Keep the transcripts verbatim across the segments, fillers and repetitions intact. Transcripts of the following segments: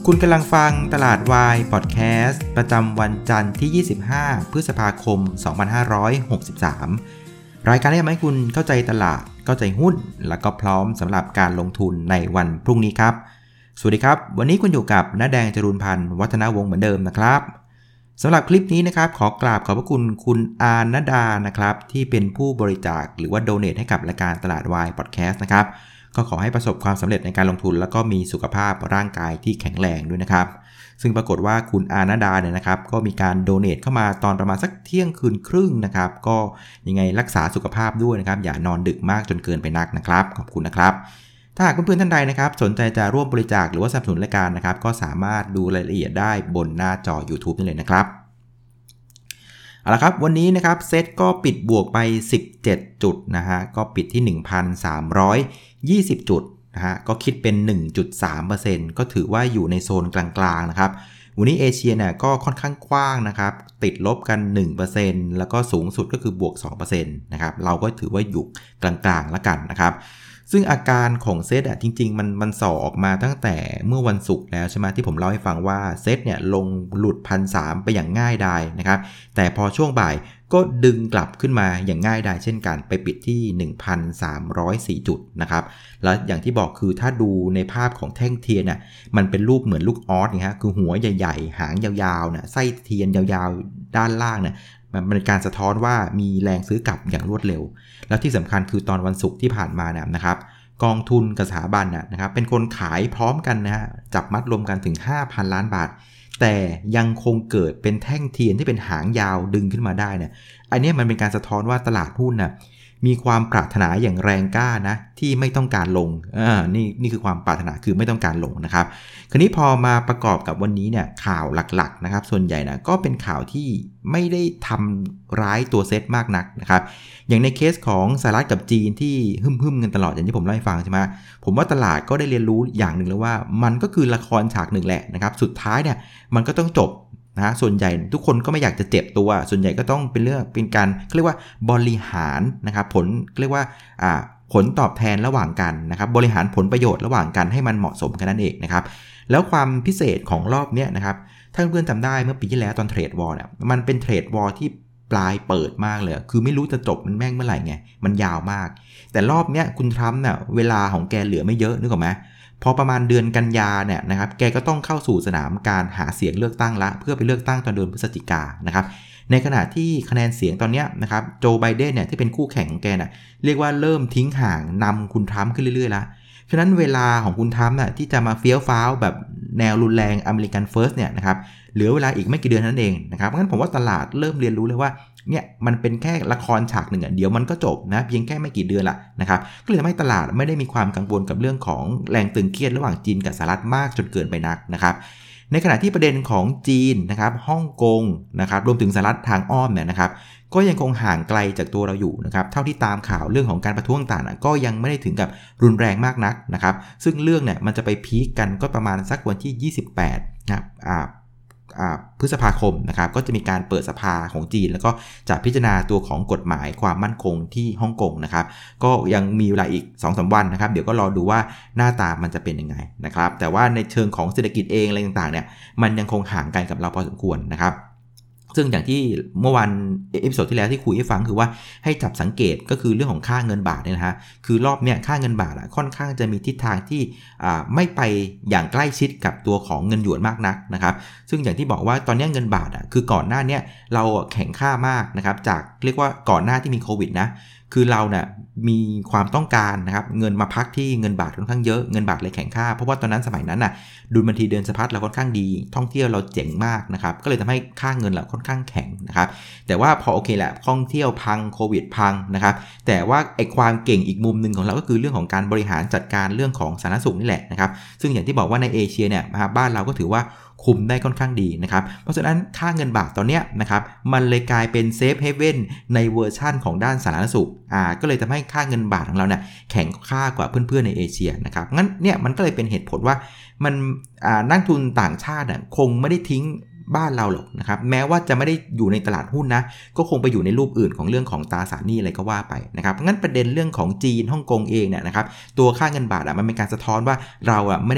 คุณกำลังฟังตลาดวายพอดแคสต์ประจำวันจันทร์ที่ยี่สิบห้าพฤษภาคมสองพันห้าร้อยหกสิบสามรายการที่ทำให้คุณเข้าใจตลาดเข้าใจหุ้นแล้วก็พร้อมสำหรับการลงทุนในวันพรุ่งนี้ครับสวัสดีครับวันนี้คุณอยู่กับน้าแดงจรูญพันธ์วัฒนวงศ์เหมือนเดิมนะครับสำหรับคลิปนี้นะครับขอกราบขอบพระคุณคุณอาณดานะครับที่เป็นผู้บริจาคหรือว่าโดเนทให้กับรายการตลาดวายพอดแคสต์นะครับก็ขอให้ประสบความสำเร็จในการลงทุนแล้วก็มีสุขภาพร่างกายที่แข็งแรงด้วยนะครับซึ่งปรากฏว่าคุณอาณดาเนี่ยนะครับก็มีการโดเนทเข้ามาตอนประมาณสักเที่ยงคืนครึ่งนะครับก็ยังไงรักษาสุขภาพด้วยนะครับอย่านอนดึกมากจนเกินไปนักนะครับขอบคุณนะครับถ้าหากเพื่อนๆท่านใดนะครับสนใจจะร่วมบริจาคหรือว่าสนับสนุนรายการนะครับก็สามารถดูรายละเอียดได้บนหน้าจอ YouTube นี่เลยนะครับเอาละครับวันนี้นะครับเซตก็ปิดบวกไปสิบเจ็ดจุดนะฮะก็ปิดที่ หนึ่งพันสามร้อยยี่สิบ จุดนะฮะก็คิดเป็น หนึ่งจุดสามเปอร์เซ็นต์ ก็ถือว่าอยู่ในโซนกลางๆนะครับวันนี้เอเชียเนี่ยก็ค่อนข้างกว้างนะครับติดลบกัน หนึ่งเปอร์เซ็นต์ แล้วก็สูงสุดก็คือบวก สองเปอร์เซ็นต์ นะครับเราก็ถือว่าอยู่กลางๆแล้วกันนะครับซึ่งอาการของเซตอ่ะจริงๆมันมันส่อออกมาตั้งแต่เมื่อวันศุกร์แล้วใช่ไหมที่ผมเล่าให้ฟังว่าเซตเนี่ยลงหลุด หนึ่งพันสามร้อย ไปอย่างง่ายดายนะครับแต่พอช่วงบ่ายก็ดึงกลับขึ้นมาอย่างง่ายดายเช่นกันไปปิดที่ หนึ่งพันสามร้อยสี่ จุดนะครับแล้วอย่างที่บอกคือถ้าดูในภาพของแท่งเทียนน่ะมันเป็นรูปเหมือนลูกออสนะฮะคือหัวใหญ่ๆหางยาวๆน่ะไส้เทียนยาวๆด้านล่างน่ะมันเป็นการสะท้อนว่ามีแรงซื้อกลับอย่างรวดเร็วแล้วที่สำคัญคือตอนวันศุกร์ที่ผ่านมาเนี่ยนะครับกองทุนกับสถาบันนะครับเป็นคนขายพร้อมกันนะฮะจับมัดรวมกันถึง ห้าพัน ล้านบาทแต่ยังคงเกิดเป็นแท่งเทียนที่เป็นหางยาวดึงขึ้นมาได้เนี่ยอันนี้มันเป็นการสะท้อนว่าตลาดหุ้นน่ะมีความปรารถนาอย่างแรงกล้านะที่ไม่ต้องการลงอ่านี่นี่คือความปรารถนาคือไม่ต้องการลงนะครับคราวนี้พอมาประกอบกับวันนี้เนี่ยข่าวหลักๆนะครับส่วนใหญ่นะก็เป็นข่าวที่ไม่ได้ทำร้ายตัวเซตมากนักนะครับอย่างในเคสของสหรัฐกับจีนที่หึ่มๆกันตลอดอย่างที่ผมเล่าให้ฟังใช่ไหมผมว่าตลาดก็ได้เรียนรู้อย่างหนึ่งแล้วว่ามันก็คือละครฉากหนึ่งแหละนะครับสุดท้ายเนี่ยมันก็ต้องจบนะส่วนใหญ่ทุกคนก็ไม่อยากจะเจ็บตัวส่วนใหญ่ก็ต้องเป็นเรื่องเป็นการเรียกว่าบริหารนะครับผลเรียกว่าอ่าผลตอบแทนระหว่างกันนะครับบริหารผลประโยชน์ระหว่างกันให้มันเหมาะสมกันนั่นเองนะครับแล้วความพิเศษของรอบเนี้ยนะครับถ้าเพื่อนๆจำได้เมื่อปีที่แล้วตอนเทรดวอร์เนี่ยมันเป็นเทรดวอร์ที่ปลายเปิดมากเลยคือไม่รู้จะจบมันแม่งเมื่อไหร่ไงมันยาวมากแต่รอบเนี้ยคุณทรัมป์เนี่ยเวลาของแกเหลือไม่เยอะนึกออกไหมพอประมาณเดือนกันยาเนี่ยนะครับแกก็ต้องเข้าสู่สนามการหาเสียงเลือกตั้งละเพื่อไปเลือกตั้งตอนเดือนพฤศจิกายนนะครับในขณะที่คะแนนเสียงตอนนี้นะครับโจไบเดนเนี่ยที่เป็นคู่แข่งของแกน่ะเรียกว่าเริ่มทิ้งห่างนำคุณทรัมป์ขึ้นเรื่อยๆละฉะนั้นเวลาของคุณทรัมป์น่ะที่จะมาเฟี้ยวฟ้าวแบบแนวรุนแรงอเมริกันเฟิร์สเนี่ยนะครับเหลือเวลาอีกไม่กี่เดือนนั่นเองนะครับงั้นผมว่าตลาดเริ่มเรียนรู้เลยว่าเนี่ยมันเป็นแค่ละครฉากหนึ่งอ่ะเดี๋ยวมันก็จบนะเพียงแค่ไม่กี่เดือนละนะครับก็เลยทำให้ตลาดไม่ได้มีความกังวลกับเรื่องของแรงตึงเครียดระหว่างจีนกับสหรัฐมากจนเกินไปนักนะครับในขณะที่ประเด็นของจีนนะครับฮ่องกงนะครับรวมถึงสหรัฐทางอ้อมเนี่ยนะครับก็ยังคงห่างไกลจากตัวเราอยู่นะครับเท่าที่ตามข่าวเรื่องของการประท้วงต่างๆก็ยังไม่ได้ถึงกับรุนแรงมากนักนะครับซึ่งเรื่องเนี่ยมันจะไปพีคกันก็ประมาณสักวันที่ยี่สิบแปดนะครับอ่าพฤษภาคมนะครับก็จะมีการเปิดสภาของจีนแล้วก็จะพิจารณาตัวของกฎหมายความมั่นคงที่ฮ่องกงนะครับก็ยังมีเวลาอีก สองถึงสาม วันนะครับเดี๋ยวก็รอดูว่าหน้าตามันจะเป็นยังไงนะครับแต่ว่าในเชิงของเศรษฐกิจเองอะไรต่างๆเนี่ยมันยังคงห่างไกลกับเราพอสมควรนะครับซึ่งอย่างที่เมื่อวันเอพิโซดที่แล้วที่คุยให้ฟังคือว่าให้จับสังเกตก็คือเรื่องของค่าเงินบาทเนี่ยนะฮะคือรอบเนี้ยค่าเงินบาทค่อนข้างจะมีทิศทางที่ไม่ไปอย่างใกล้ชิดกับตัวของเงินหยวนมากนักนะครับซึ่งอย่างที่บอกว่าตอนนี้เงินบาทอ่ะคือก่อนหน้านี้เราแข็งค่ามากนะครับจากเรียกว่าก่อนหน้าที่มีโควิดนะคือเราเนี่ยมีความต้องการนะครับเงินมาพักที่เงินบาทค่อนข้างเยอะเงินบาทเลยแข็งค่าเพราะว่าตอนนั้นสมัยนั้นน่ะดุลบัญชีเดินสะพัดเราค่อนข้างดีท่องเที่ยวเราเจ๋งมากนะครับก็เลยทำให้ค่าเงินเราค่อนข้างแข็งนะครับแต่ว่าพอโอเคแหละท่องเที่ยวพังโควิดพังนะครับแต่ว่าไอ้ความเก่งอีกมุมนึงของเราก็คือเรื่องของการบริหารจัดการเรื่องของสาธารณสุขนี่แหละนะครับซึ่งอย่างที่บอกว่าในเอเชียเนี่ยบ้านเราก็ถือว่าคุมได้ค่อนข้างดีนะครับเพราะฉะนั้นค่าเงินบาทตอนเนี้ยนะครับมันเลยกลายเป็นเซฟเฮเว่นในเวอร์ชั่นของด้านสาธารณสุขอ่าก็เลยทำให้ค่าเงินบาทของเราเนี่ยแข็งค่ากว่าเพื่อนๆในเอเชียนะครับงั้นเนี่ยมันก็เลยเป็นเหตุผลว่ามันอ่านักทุนต่างชาติน่ะคงไม่ได้ทิ้งบ้านเราหรอกนะครับแม้ว่าจะไม่ได้อยู่ในตลาดหุ้นนะก็คงไปอยู่ในรูปอื่นของเรื่องของตราสารหนี้อะไรก็ว่าไปนะครับงั้นประเด็นเรื่องของจีนฮ่องกงเองเนี่ยนะครับตัวค่าเงินบาทอ่ะมันเป็นการสะท้อนว่าเราอ่ะไม่ได้รับ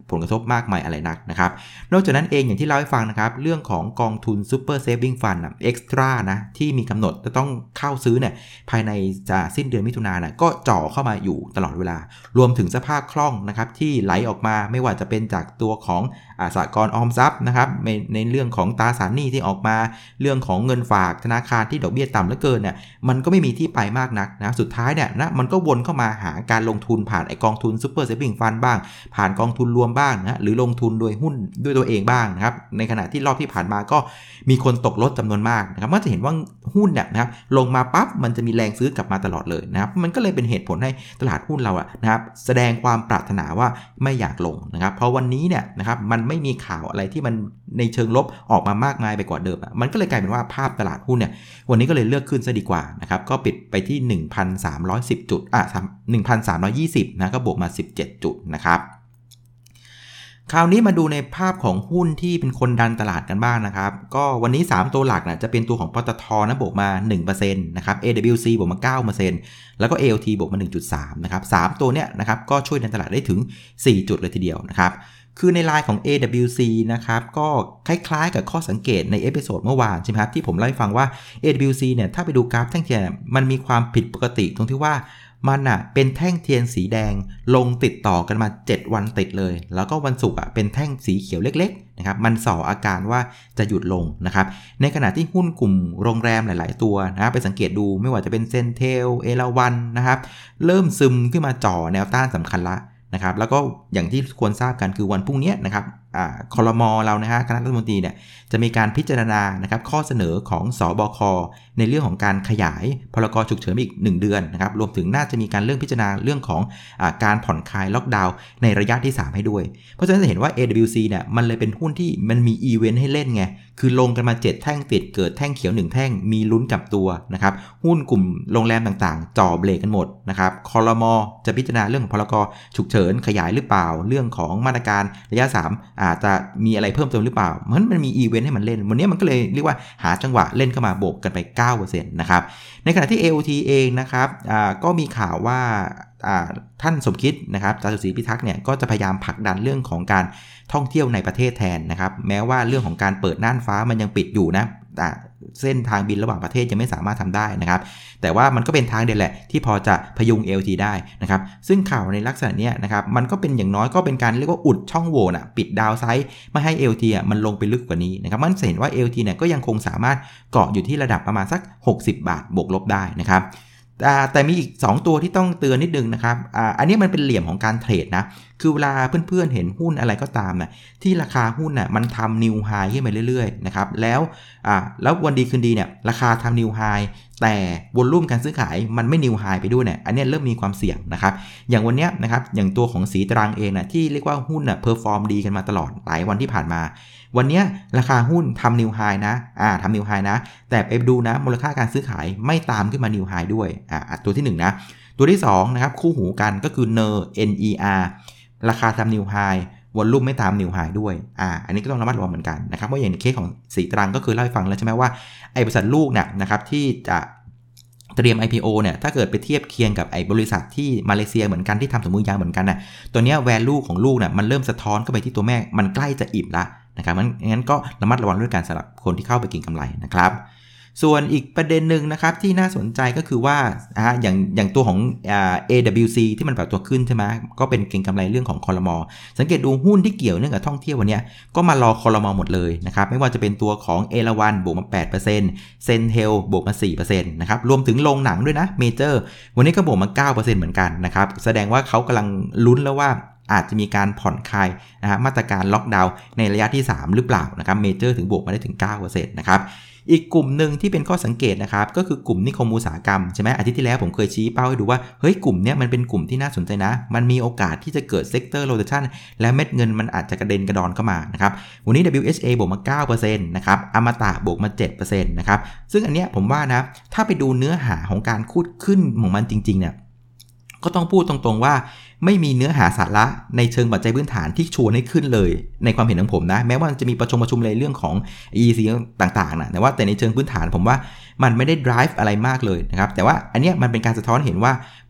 ผลกระทบมากมายอะไรนักนะครับนอกจากนั้นเองอย่างที่เล่าให้ฟังนะครับเรื่องของกองทุน Super Saving Fund อ่ะ Extra นะที่มีกำหนดจะต้องเข้าซื้อเนี่ยภายในจะสิ้นเดือนมิถุนายนน่ะก็จ่อเข้ามาอยู่ตลอดเวลารวมถึงสภาพคล่องนะครับที่ไหลออกมาไม่ว่าจะเป็นจากตัวของสหกรณ์ออมทรัพย์นะครับในในเรื่องของตราสารหนี้ที่ออกมาเรื่องของเงินฝากธนาคารที่ดอกเบี้ยต่ำเหลือเกินเนี่ยมันก็ไม่มีที่ไปมากนักนะสุดท้ายเนี่ยนะมันก็วนเข้ามาหาการลงทุนผ่านไอกองทุน Super Saving Fund บ้างผ่านกองทุนรวมบ้างนะหรือลงทุนโดยหุ้นด้วยตัวเองบ้างนะครับในขณะที่รอบที่ผ่านมาก็มีคนตกรถจำนวนมากนะครับก็จะเห็นว่าหุ้นเนี่ยนะครับลงมาปั๊บมันจะมีแรงซื้อกลับมาตลอดเลยนะครับมันก็เลยเป็นเหตุผลให้ตลาดหุ้นเราอะนะครับแสดงความปรารถนาว่าไม่อยากลงนะครับเพราะวันนี้เนี่ยนะครับมันไม่มีข่าวอะไรที่มันในเชิงลบออกมามากมายไปกว่าเดิมมันก็เลยกลายเป็นว่าภาพตลาดหุ้นเนี่ยวันนี้ก็เลยเลือกขึ้นซะดีกว่านะครับก็ปิดไปที่ หนึ่งพันสามร้อยสิบ จุดอ่ะ หนึ่งพันสามร้อยยี่สิบ นะก็บวกมาสิบเจ็ดจุดนะครับคราวนี้มาดูในภาพของหุ้นที่เป็นคนดันตลาดกันบ้าง นะครับก็วันนี้สามตัวหลักนะจะเป็นตัวของปตท.นะบวกมา หนึ่งเปอร์เซ็นต์ นะครับ เอ ดับเบิลยู ซี บวกมา เก้าเปอร์เซ็นต์ แล้วก็ เอ แอล ที บวกมา หนึ่งจุดสาม นะครับสามตัวเนี้ยนะครับก็ช่วยดันตลาดได้ถึงสี่จุดเลยทีเดียวนะครับคือในไลน์ของ เอ ดับเบิลยู ซี นะครับก็คล้ายๆกับข้อสังเกตในเอพิโซดเมื่อวานใช่ไหมครับที่ผมเล่าให้ฟังว่า เอ ดับเบิลยู ซี เนี่ยถ้าไปดูกราฟแท่งเทียนมันมีความผิดปกติตรงที่ว่ามันอ่ะเป็นแท่งเทียนสีแดงลงติดต่อกันมาเจ็ดวันติดเลยแล้วก็วันศุกร์อ่ะเป็นแท่งสีเขียวเล็กๆนะครับมันส่ออาการว่าจะหยุดลงนะครับในขณะที่หุ้นกลุ่มโรงแรมหลายๆตัวนะไปสังเกตดูไม่ว่าจะเป็นเซนเทลเอราวันนะครับเริ่มซึมขึ้นมาจ่อแนวต้านสำคัญละนะครับแล้วก็อย่างที่ควรทราบกันคือวันพรุ่งนี้นะครับอ่าครม.เรานะฮะคณะรัฐมนตรีเนี่ยจะมีการพิจารณานะครับข้อเสนอของสบคในเรื่องของการขยายพรกฉุกเฉินอีกหนึ่งเดือนนะครับรวมถึงน่าจะมีการเรื่องพิจารณาเรื่องของอ่าการผ่อนคลายล็อกดาวน์ในระยะที่สามให้ด้วยเพราะฉะนั้นจะเห็นว่า เอ ดับเบิลยู ซี เนี่ยมันเลยเป็นหุ้นที่มันมีอีเวนต์ให้เล่นไงคือลงกันมาเจ็ดแท่งติดเกิดแท่งเขียวหนึ่งแท่งมีลุ้นกับตัวนะครับหุ้นกลุ่มโรงแรมต่างๆจ่อเบรกกันหมดนะครับครม.จะพิจารณาเรื่องของพรกฉุกเฉินขยายหรือเปล่าเรื่องของมาตรการระยะสามอาจจะมีอะไรเพิ่มเติมหรือเปล่ามันมันมีอีเวนต์ให้มันเล่นวันนี้มันก็เลยเรียกว่าหาจังหวะเล่นเข้ามาโบกกันไป เก้าเปอร์เซ็นต์ นะครับในขณะที่ เอ โอ ที เองนะครับอ่าก็มีข่าวว่าอ่าท่านสมคิดนะครับจาตุศรีพิทักษ์เนี่ยก็จะพยายามผลักดันเรื่องของการท่องเที่ยวในประเทศแทนนะครับแม้ว่าเรื่องของการเปิดน่านฟ้ามันยังปิดอยู่นะเส้นทางบินระหว่างประเทศยังไม่สามารถทำได้นะครับแต่ว่ามันก็เป็นทางเดียวแหละที่พอจะพยุง เอ แอล ที ได้นะครับซึ่งข่าวในลักษณะนี้นะครับมันก็เป็นอย่างน้อยก็เป็นการเรียกว่าอุดช่องโหว่น่ะปิดดาวไซด์ไม่ให้ เอ แอล ที อ่ะมันลงไปลึกกว่านี้นะครับมันเห็นว่า เอ แอล ที เนี่ยก็ยังคงสามารถเกาะอยู่ที่ระดับประมาณสักหกสิบบาทบวกลบได้นะครับแต่มีอีกสองตัวที่ต้องเตือนนิดนึงนะครับ อ, อันนี้มันเป็นเหลี่ยมของการเทรดนะคือเวลาเพื่อนๆเห็นหุ้นอะไรก็ตามนะที่ราคาหุ้นน่ะมันทำนิวไฮขึ้นไปเรื่อยๆนะครับแล้วแล้ววันดีคืนดีเนี่ยราคาทำนิวไฮแต่วอลลุ่มการซื้อขายมันไม่นิวไฮไปด้วยเนี่ยอันนี้เริ่มมีความเสี่ยงนะครับอย่างวันนี้นะครับอย่างตัวของสีตรังเองนะที่เรียกว่าหุ้นน่ะเพอร์ฟอร์มดีกันมาตลอดหลายวันที่ผ่านมาวันนี้ราคาหุ้นทำนิวไฮนะอ่าทำนิวไฮนะแต่ไปดูนะมูลค่าการซื้อขายไม่ตามขึ้นมานิวไฮด้วยอ่าตัวที่หนึ่งนะตัวที่สองนะครับคู่หูกันก็คือ เอ็น อี อาร์ ราคาทำนิวไฮวอลลุ่มไม่ตามนิวไฮด้วยอ่าอันนี้ก็ต้องระมัดระวังเหมือนกันนะครับเพราะอย่างในเคสของสีตรังก็คือเล่าให้ฟังแล้วใช่ไหมว่าไอ้บริษัทลูกเนี่ยนะครับที่จะเตรียม ไอ พี โอ เนี่ยถ้าเกิดไปเทียบเคียงกับไอ้บริษัทที่มาเลเซียเหมือนกันที่ทำถุงมือยางเหมือนกันน่ะตัวเนี้ย value ของลูกเนี่ยมันเริ่มสะท้อนเข้าไปที่ตัวแม่มันใกล้จะอิ่มละนะครับงั้นก็ระมัดระวังด้วยการสำหรับคนที่เข้าไปเก็งกำไรนะครับส่วนอีกประเด็นหนึ่งนะครับที่น่าสนใจก็คือว่าอ่าอย่างอย่างตัวของอ่า เอ ดับเบิลยู ซี ที่มันปรับตัวขึ้นใช่ไหมก็เป็นเก็งกำไรเรื่องของครม.สังเกตดูหุ้นที่เกี่ยวเนื่องกับท่องเที่ยววันนี้ก็มารอครม.หมดเลยนะครับไม่ว่าจะเป็นตัวของเอราวัณบวกมา แปดเปอร์เซ็นต์ เซนเทลบวกมา สี่เปอร์เซ็นต์ นะครับรวมถึงโรงหนังด้วยนะเมเจอร์วันนี้ก็บวกมา เก้าเปอร์เซ็นต์ เหมือนกันนะครับแสดงว่าเขากำลังลุ้นแล้วว่าอาจจะมีการผ่อนคลายนะฮะมาตรการล็อกดาวน์ในระยะที่สามหรือเปล่านะครับเมเจอร์ถึงบวกมาได้ถึง เก้าเปอร์เซ็นต์ นะครับอีกกลุ่มหนึ่งที่เป็นข้อสังเกตนะครับก็คือกลุ่มนิคมอุตสาหกรรมใช่ไหมอาทิตย์ที่แล้วผมเคยชี้เป้าให้ดูว่าเฮ้ยกลุ่มนี้มันเป็นกลุ่มที่น่าสนใจนะมันมีโอกาสที่จะเกิดเซกเตอร์โรเทชันและเม็ดเงินมันอาจจะกระเด็นกระดอนเข้ามานะครับวันนี้ ดับเบิลยู เอช เอ บวกมา เก้าเปอร์เซ็นต์ นะครับอมตะบวกมา เจ็ดเปอร์เซ็นต์ นะครับซึ่งอันเนี้ยผมว่านะถ้าไปดูเนื้อหาของการคูดขึ้นของมันจริงๆเนี่ยก็ต้องพูดตรงๆว่าไม่มีเนื้อหาสาระในเชิงปัจจัยพื้นฐานที่ชวนให้ขึ้นเลยในความเห็นของผมนะแม้ว่าจะมีประชุมประชุมในเรื่องของ อี อี ซี ต่างๆนะแต่ว่าแต่ในเชิงพื้นฐานผมว่ามันไม่ได้ drive อะไรมากเลยนะครับแต่ว่าอันเนี้ยมันเป็นการสะท้อนเห็นว่า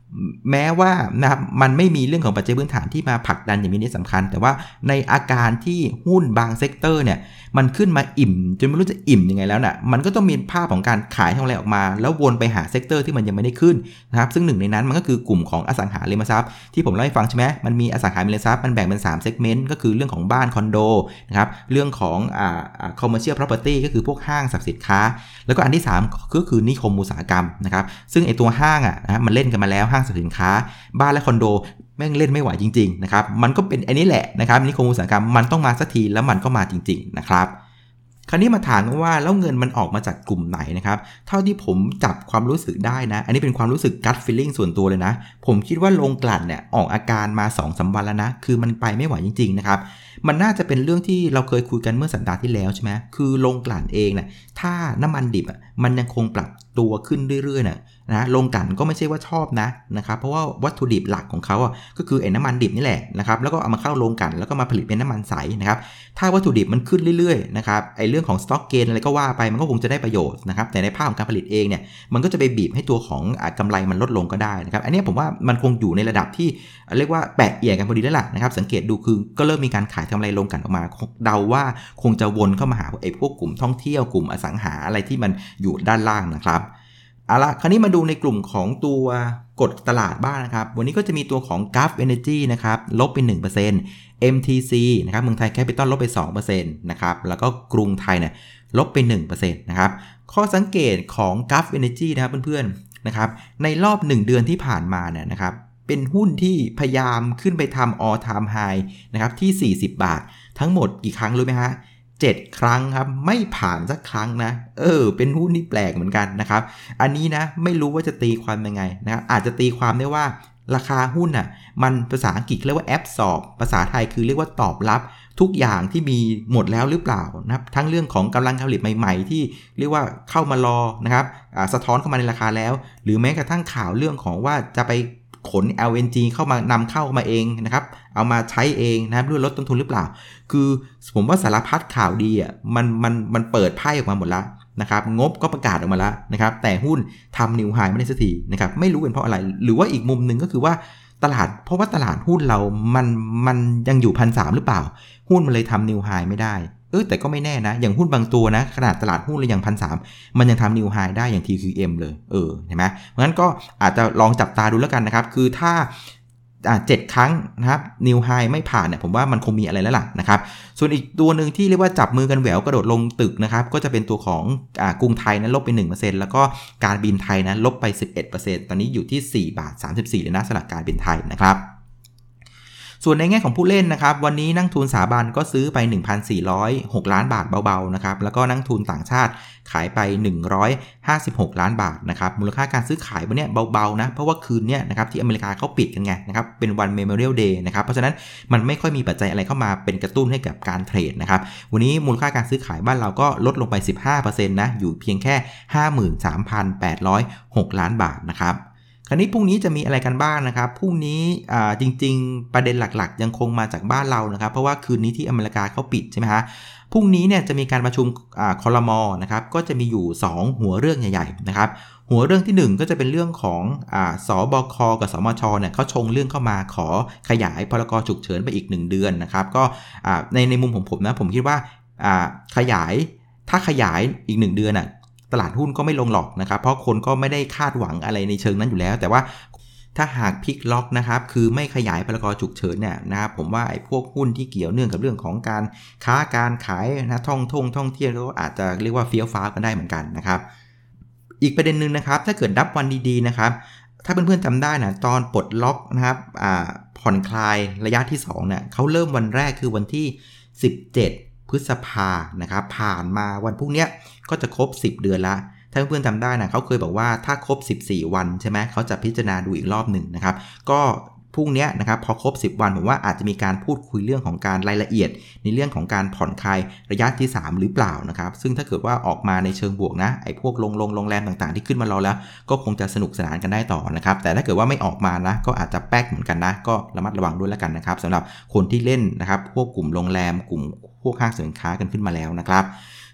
แม้ว่านะครับมันไม่มีเรื่องของปัจจัยพื้นฐานที่มาผลักดันอย่างมีนัยสำคัญแต่ว่าในอาการที่หุ้นบางเซกเตอร์เนี่ยมันขึ้นมาอิ่มจนไม่รู้จะอิ่มยังไงแล้วน่ะมันก็ต้องมีภาพของการขายทำอะไรออกมาแล้ววนไปหาเซกเตอร์ที่มันยังไม่ได้ขึ้นนะครับซึ่งหนึ่งในนั้นมันก็คือกลุ่มของอสังหาริมทรัพย์ที่ผมเล่าให้ฟังใช่ไหมมันมีอสังหาริมทรัพย์มันแบ่งเป็นสามเซกเมนต์ก็คือเรื่องของบ้านคอนโดนะครับเรื่องของอ่าอ่า commercial property ก็คือพวกห้างสรรพสินค้าแล้วก็อันที่สามก็คือนิคมอุตสาหกรรมนะครับซึ่งไอตัวห้างอ่ะนะมันเล่นกันมาแล้วห้างสรรพสินค้าบ้านและคอนโดแม่งเล่นไม่ไหวจริงๆนะครับมันก็เป็นอันนี้แหละนะครับนิคมอุตสาหกรรมมันต้องมาสักทีแล้วมันก็มาจริงๆนะครับคราวนี้มาถามว่าแล้วเงินมันออกมาจากกลุ่มไหนนะครับเท่าที่ผมจับความรู้สึกได้นะอันนี้เป็นความรู้สึก gut feeling ส่วนตัวเลยนะผมคิดว่าโรงกลั่นเนี่ยออกอาการมา สองสาม วันแล้วนะคือมันไปไม่ไหวจริงๆนะครับมันน่าจะเป็นเรื่องที่เราเคยคุยกันเมื่อสัปดาห์ที่แล้วใช่ไหมคือโรงกลั่นเองเนี่ยถ้าน้ำมันดิบอ่ะมันยังคงปรับตัวขึ้นเรื่อยๆนะนะโรงกลั่นก็ไม่ใช่ว่าชอบนะนะครับเพราะว่าวัตถุดิบหลักของเขาอ่ะก็คือไอ้น้ำมันดิบนี่แหละนะครับแล้วก็เอามาเข้าโรงกลั่นแล้วก็มาผลิตเป็นน้ำมันใสนะครับถ้าวัตถุดิบมันขึ้นเรื่อยๆนะครับไอ้เรื่องของสต็อกเกนอะไรก็ว่าไปมันก็คงจะได้ประโยชน์นะครับแต่ในภาพของการผลิตเองเนี่ยมันก็จะไปบีบให้ตัวของกำไรมันลดลงก็ได้นะครับอันนี้ผมว่ามันคงอยู่ในระดับที่เรียกว่าแปะเอี่ยกันพอดีแล้วล่ะนะครับสังเกตดูคือก็เริ่มมีการขายกำไรโรงกลั่นออกมาเดาว่าคงจะวนเข้ามาหาไอ้พวกกลุ่มท่องเที่ยวกลุ่มอสังหาอะไรที่มันอยู่ด้านล่างนะครับเอาละคราวนี้มาดูในกลุ่มของตัวกฎตลาดบ้าง นะครับวันนี้ก็จะมีตัวของ Gulf Energy นะครับลบไป หนึ่งเปอร์เซ็นต์ เอ็ม ที ซี นะครับเมืองไทย Capital ลบไป สองเปอร์เซ็นต์ นะครับแล้วก็กรุงไทยเนี่ยลบไป หนึ่งเปอร์เซ็นต์ นะครับข้อสังเกตของ Gulf Energy นะครับเพื่อนๆนะครับในรอบหนึ่งเดือนที่ผ่านมาเนี่ยนะครับเป็นหุ้นที่พยายามขึ้นไปทำ all time high นะครับที่สี่สิบบาททั้งหมดกี่ครั้งรู้ไหมฮะเจ็ดครั้งครับไม่ผ่านสักครั้งนะเออเป็นหุ้นที่แปลกเหมือนกันนะครับอันนี้นะไม่รู้ว่าจะตีความยังไงนะครับอาจจะตีความได้ว่าราคาหุ้นอ่ะมันภาษาอังกฤษเรียกว่า absorb ภาษาไทยคือเรียกว่าตอบรับทุกอย่างที่มีหมดแล้วหรือเปล่านะครับทั้งเรื่องของกำลังการผลิตใหม่ๆที่เรียกว่าเข้ามารอนะครับสะท้อนเข้ามาในราคาแล้วหรือแม้กระทั่งข่าวเรื่องของว่าจะไปขน แอล เอ็น จี เข้ามานำเข้ามาเองนะครับเอามาใช้เองนะเพื่อลดต้นทุนหรือเปล่าคือผมว่าสารพัดข่าวดีอ่ะมันมันมันเปิดไพ่ออกมาหมดแล้วนะครับงบก็ประกาศออกมาแล้วนะครับแต่หุ้นทำนิวไฮไม่ได้สักทีนะครับไม่รู้เป็นเพราะอะไรหรือว่าอีกมุมนึงก็คือว่าตลาดเพราะว่าตลาดหุ้นเรามันมันยังอยู่ หนึ่งพันสามร้อย หรือเปล่าหุ้นมันเลยทำนิวไฮไม่ได้เออแต่ก็ไม่แน่นะอย่างหุ้นบางตัวนะขนาดตลาดหุ้นเลยอย่าง หนึ่งพันสามร้อย มันยังทำนิวไฮได้อย่าง ที คิว เอ็ม เลยเออเห็นไหมเพราะงั้นก็อาจจะลองจับตาดูแล้วกันนะครับคือถ้าอ่าเจ็ดครั้งนะครับนิวไฮไม่ผ่านเนี่ยผมว่ามันคงมีอะไรแล้วล่ะนะครับส่วนอีกตัวหนึ่งที่เรียกว่าจับมือกันแหววกระโดดลงตึกนะครับก็จะเป็นตัวของอ่ากรุงไทยนั้นลบไป หนึ่งเปอร์เซ็นต์ แล้วก็การบินไทยนั้นลบไป สิบเอ็ดเปอร์เซ็นต์ ตอนนี้อยู่ที่สี่บาทสามสิบสี่เลยนะสำหรับการบินไทยนะครับส่วนในแง่ของผู้เล่นนะครับวันนี้นักทุนสถาบันก็ซื้อไป หนึ่งพันสี่ร้อยหก ล้านบาทเบาๆนะครับแล้วก็นักทุนต่างชาติขายไปหนึ่งร้อยห้าสิบหกล้านบาทนะครับมูลค่าการซื้อขายวันนี้เบาๆนะเพราะว่าคืนนี้นะครับที่อเมริกาเขาปิดกันไงนะครับเป็นวัน Memorial Day นะครับเพราะฉะนั้นมันไม่ค่อยมีปัจจัยอะไรเข้ามาเป็นกระตุ้นให้กับการเทรดนะครับวันนี้มูลค่าการซื้อขายบ้านเราก็ลดลงไป สิบห้าเปอร์เซ็นต์ นะอยู่เพียงแค่ ห้าหมื่นสามพันแปดร้อยหก ล้านบาทนะครับคราวนี้พรุ่งนี้จะมีอะไรกันบ้างนะครับพรุ่งนี้อ่าจริงๆประเด็นหลักๆยังคงมาจากบ้านเรานะครับเพราะว่าคืนนี้ที่อเมริกาเขาปิดใช่ไหมฮะพรุ่งนี้เนี่ยจะมีการประชุมอ่าครม.นะครับก็จะมีอยู่สองหัวเรื่องใหญ่ๆนะครับหัวเรื่องที่หนึ่งก็จะเป็นเรื่องของอ่าสบคกับสมชเนี่ยเขาชงเรื่องเข้ามาขอขยายพรกฉุกเฉินไปอีกหนึ่งเดือนนะครับก็อ่าในในมุมของผมนะผมคิดว่าอ่าขยายถ้าขยายอีกหนึ่งเดือนน่ะตลาดหุ้นก็ไม่ลงหรอกนะครับเพราะคนก็ไม่ได้คาดหวังอะไรในเชิงนั้นอยู่แล้วแต่ว่าถ้าหากพลิกล็อกนะครับคือไม่ขยายพรกฉุกเฉินเนี่ยนะครับผมว่าไอ้พวกหุ้นที่เกี่ยวเนื่องกับเรื่องของการค้าการขายนะท่องท่องท่องเที่ยวก็อาจจะเรียกว่าเฟี้ยวฟ้าวกันได้เหมือนกันนะครับอีกประเด็นนึงนะครับถ้าเกิดนับวันดีๆนะครับถ้าเพื่อนๆจำได้นะตอนปลดล็อกนะครับอ่าผ่อนคลายระยะที่สองเนี่ยเขาเริ่มวันแรกคือวันที่สิบเจ็ดพฤษภานะครับผ่านมาวันพรุ่งนี้ก็จะครบสิบเดือนละถ้าเพื่อนๆจำได้นะเขาเคยบอกว่าถ้าครบสิบสี่วันใช่ไหมเขาจะพิจารณาดูอีกรอบหนึ่งนะครับก็พรุ่งนี้นะครับพอครบสิบวันผมว่าอาจจะมีการพูดคุยเรื่องของการรายละเอียดในเรื่องของการผ่อนคลายระยะที่สามหรือเปล่านะครับซึ่งถ้าเกิดว่าออกมาในเชิงบวกนะไอ้พวกโรงโรงโรงแรมต่างๆที่ขึ้นมารอแล้วก็คงจะสนุกสนานกันได้ต่อนะครับแต่ถ้าเกิดว่าไม่ออกมานะก็อาจจะแป๊กเหมือนกันนะก็ระมัดระวังด้วยแล้วกันนะครับสำหรับคนที่เล่นนะครับพวกกลุ่มโรงแรมกลุ่มพวกห้างสินค้ากันขึ้นมาแล้วนะครับ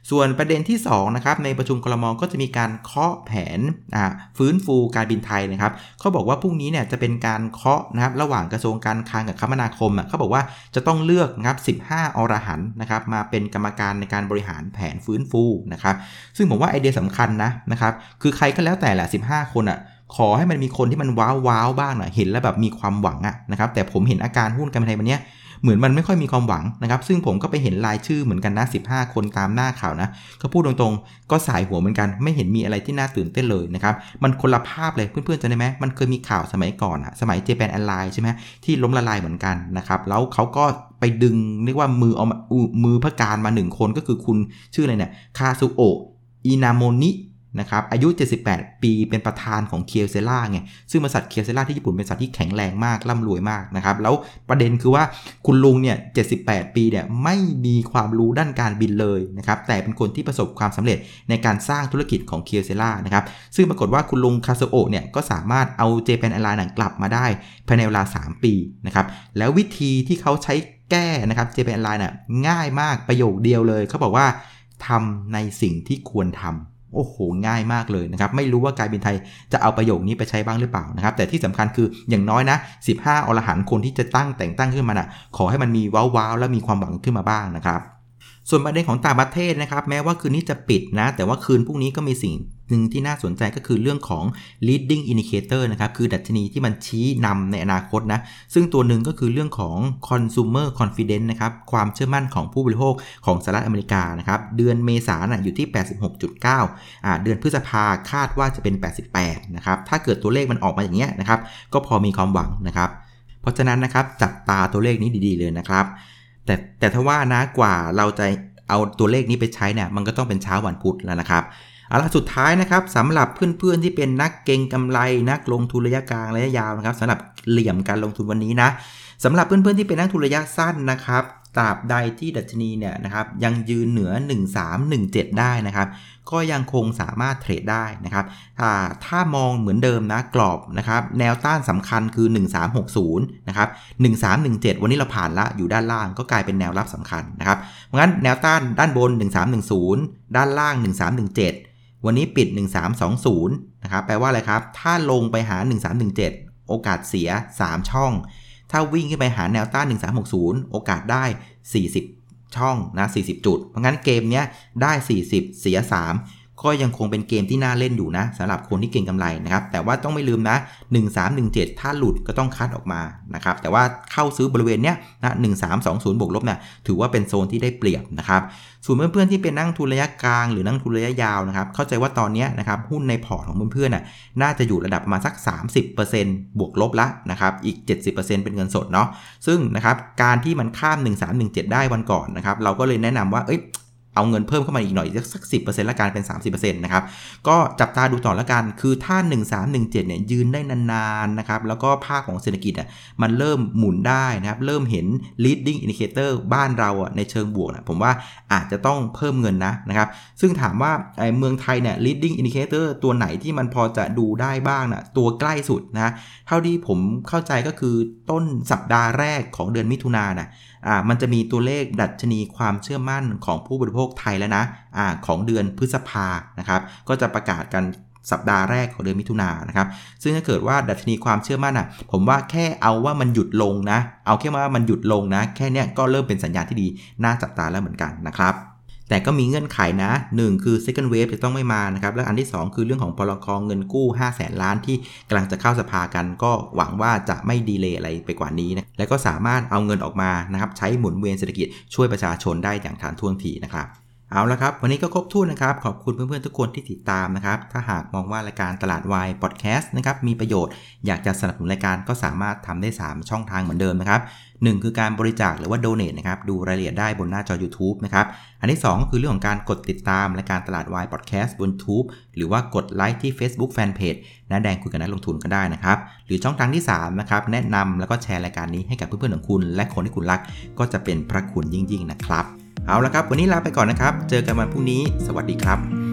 ส่วนประเด็นที่สองนะครับในประชุมครม.ก็จะมีการเคาะแผนฟื้นฟูการบินไทยนะครับเขาบอกว่าพรุ่งนี้เนี่ยจะเป็นการเคาะนะครับระหว่างกระทรวงการคลังกับคมนาคมอ่ะเขาบอกว่าจะต้องเลือกนะครับสิบห้าอรหันต์นะครับมาเป็นกรรมการในการบริหารแผนฟื้นฟูนะครับซึ่งผมว่าไอเดียสำคัญนะนะครับคือใครก็แล้วแต่แหละสิบห้าคนอ่ะขอให้มันมีคนที่มันว้าวว้าวบ้างหน่อยเห็นแล้วแบบมีความหวังอ่ะนะครับแต่ผมเห็นอาการหุ้นการบินไทยวันนี้เหมือนมันไม่ค่อยมีความหวังนะครับซึ่งผมก็ไปเห็นรายชื่อเหมือนกันนะสิบห้าคนตามหน้าข่าวนะก็พูดตรงๆก็สายหัวเหมือนกันไม่เห็นมีอะไรที่น่าตื่นเต้นเลยนะครับมันคนละภาพเลยเพื่อนๆจำได้ไหมมันเคยมีข่าวสมัยก่อนอะสมัย Japan Airlines ใช่ไหมที่ล้มละลายเหมือนกันนะครับแล้วเขาก็ไปดึงเรียกว่ามือเอามือพระการมาหนึ่งคนก็คือคุณชื่ออะไรเนี่ยคาซุโอะอินาโมนินะครับอายุเจ็ดสิบแปดปีเป็นประธานของเคียวเซล่าไงซึ่งบริษัทเคียวเซล่าที่ญี่ปุ่นเป็นบริษัทที่แข็งแรงมากร่ำรวยมากนะครับแล้วประเด็นคือว่าคุณลุงเนี่ยเจ็ดสิบแปดปีเนี่ยไม่มีความรู้ด้านการบินเลยนะครับแต่เป็นคนที่ประสบความสำเร็จในการสร้างธุรกิจของเคียวเซล่านะครับซึ่งปรากฏว่าคุณลุงคาโซโอะเนี่ยก็สามารถเอา Japan Airlines กลับมาได้ภายในเวลาสามปีนะครับแล้ววิธีที่เขาใช้แก้นะครับ Japan Airlines น่ะง่ายมากประโยคเดียวเลยเขาบอกว่าทำในสิ่งที่ควรทำโอ้โหง่ายมากเลยนะครับไม่รู้ว่าการบินไทยจะเอาประโยคนี้ไปใช้บ้างหรือเปล่านะครับแต่ที่สำคัญคืออย่างน้อยนะสิบห้าอรหันต์คนที่จะตั้งแต่งตั้งขึ้นมาน่ะขอให้มันมีว้าวๆและมีความหวังขึ้นมาบ้างนะครับส่วนประเด็นของต่างประเทศนะครับแม้ว่าคืนนี้จะปิดนะแต่ว่าคืนพรุ่งนี้ก็มีสิ่งหนึ่งที่น่าสนใจก็คือเรื่องของ leading indicator นะครับคือดัชนีที่มันชี้นำในอนาคตนะซึ่งตัวหนึ่งก็คือเรื่องของ consumer confidence นะครับความเชื่อมั่นของผู้บริโภคของสหรัฐอเมริกานะครับเดือนเมษายนอยู่ที่ แปดสิบหกจุดเก้า อ่าเดือนพฤษภาคาดว่าจะเป็นแปดสิบแปดนะครับถ้าเกิดตัวเลขมันออกมาอย่างเงี้ยนะครับก็พอมีความหวังนะครับเพราะฉะนั้นนะครับจับตาตัวเลขนี้ดีๆเลยนะครับแต่แต่ถ้าว่านะกว่าเราจะเอาตัวเลขนี้ไปใช้เนี่ยมันก็ต้องเป็นเช้าวันพุธแล้วนะครับเอาล่ะสุดท้ายนะครับสำหรับเพื่อนๆที่เป็นนักเก็งกำไรนักลงทุนระยะกลางระยะยาวนะครับสำหรับเหลี่ยมการลงทุนวันนี้นะสำหรับเพื่อนๆที่เป็นนักทุนระยะสั้นนะครับตราบใดที่ดัชนีเนี่ยนะครับยังยืนเหนือหนึ่งพันสามร้อยสิบเจ็ดได้นะครับก็ยังคงสามารถเทรดได้นะครับถ้าถ้ามองเหมือนเดิมนะกรอบนะครับแนวต้านสำคัญคือหนึ่งพันสามร้อยหกสิบนะครับหนึ่งพันสามร้อยสิบเจ็ดวันนี้เราผ่านละอยู่ด้านล่างก็กลายเป็นแนวรับสำคัญนะครับเพราะงั้นแนวต้านด้านบนหนึ่งพันสามร้อยสิบด้านล่างหนึ่งพันสามร้อยสิบเจ็ดวันนี้ปิดหนึ่งพันสามร้อยยี่สิบนะครับแปลว่าอะไรครับถ้าลงไปหาหนึ่งพันสามร้อยสิบเจ็ดโอกาสเสียสามช่องถ้าวิ่งขึ้นไปหาแนวต้านหนึ่งพันสามร้อยหกสิบโอกาสได้สี่สิบช่องนะสี่สิบจุดเพราะงั้นเกมเนี้ยได้สี่สิบเสียสามก็ยังคงเป็นเกมที่น่าเล่นอยู่นะสำหรับคนที่เก่งกำไรนะครับแต่ว่าต้องไม่ลืมนะหนึ่งพันสามร้อยสิบเจ็ดถ้าหลุดก็ต้องคัดออกมานะครับแต่ว่าเข้าซื้อบริเวณเนี้ยนะหนึ่งพันสามร้อยยี่สิบบวกลบเนี่ยถือว่าเป็นโซนที่ได้เปรียบนะครับส่วนเพื่อนๆที่เป็นนักทุนระยะกลางหรือนักทุนระยะยาวนะครับเข้าใจว่าตอนนี้นะครับหุ้นในพอร์ตของเพื่อนๆน่ะน่าจะอยู่ระดับประมาณสัก สามสิบเปอร์เซ็นต์ บวกลบละนะครับอีก เจ็ดสิบเปอร์เซ็นต์ เป็นเงินสดเนาะซึ่งนะครับการที่มันข้ามหนึ่งพันสามร้อยสิบเจ็ดได้วันก่อนนะครับเราก็เลยแนะนำว่าเอ้ยเอาเงินเพิ่มเข้ามาอีกหน่อยสัก สิบเปอร์เซ็นต์ ละกันเป็น สามสิบเปอร์เซ็นต์ นะครับก็จับตาดูต่อละกันคือถ้าหนึ่งพันสามร้อยสิบเจ็ดเนี่ยยืนได้นานๆนะครับแล้วก็ภาคของเศรษฐกิจอ่ะมันเริ่มหมุนได้นะครับเริ่มเห็น leading indicator บ้านเราอ่ะในเชิงบวกนะผมว่าอาจจะต้องเพิ่มเงินนะนะครับซึ่งถามว่าไอ้เมืองไทยเนี่ย leading indicator ตัวไหนที่มันพอจะดูได้บ้างนะตัวใกล้สุดนะเท่าที่ผมเข้าใจก็คือต้นสัปดาห์แรกของเดือนมิถุนายนนะอ่ามันจะมีตัวเลขดัชนีความเชื่อมั่นของผู้บริโภคไทยแล้วนะอ่าของเดือนพฤษภานะครับก็จะประกาศกันสัปดาห์แรกของเดือนมิถุนายนนะครับซึ่งถ้าเกิดว่าดัชนีความเชื่อมั่นอ่ะผมว่าแค่เอาว่ามันหยุดลงนะเอาแค่ว่ามันหยุดลงนะแค่เนี้ยก็เริ่มเป็นสัญญาณที่ดีน่าจับตาแล้วเหมือนกันนะครับแต่ก็มีเงื่อนไขนะหนึ่งคือ second wave จะต้องไม่มานะครับและอันที่สองคือเรื่องของพรก.เงินกู้ห้าแสนล้านที่กำลังจะเข้าสภากันก็หวังว่าจะไม่ดีเลย์อะไรไปกว่านี้นะและก็สามารถเอาเงินออกมานะครับใช้หมุนเวียนเศรษฐกิจช่วยประชาชนได้อย่างทันท่วงทีนะครับเอาละครับวันนี้ก็ครบถ้วนนะครับขอบคุณเพื่อนๆทุกคนที่ติดตามนะครับถ้าหากมองว่ารายการตลาดวายพอดแคสต์นะครับมีประโยชน์อยากจะสนับสนุนรายการก็สามารถทำได้สามช่องทางเหมือนเดิมนะครับหนึ่งคือการบริจาคหรือว่า donate นะครับดูรายละเอียดได้บนหน้าจอ YouTube นะครับอันที่สองก็คือเรื่องของการกดติดตามรายการตลาดวายพอดแคสต์บน YouTube หรือว่ากดไลค์ที่ Facebook Fanpage น้าแดงคุยกับนักลงทุนก็ได้นะครับหรือช่องทางที่สามนะครับแนะนำแล้วก็แชร์รายการนี้ให้กับเพื่อนๆของคุณและคนที่คุณรักก็จะเป็นพระคุณยิ่งๆนะครับเอาละครับวันนี้ลาไปก่อนนะครับเจอกันวันพรุ่งนี้สวัสดีครับ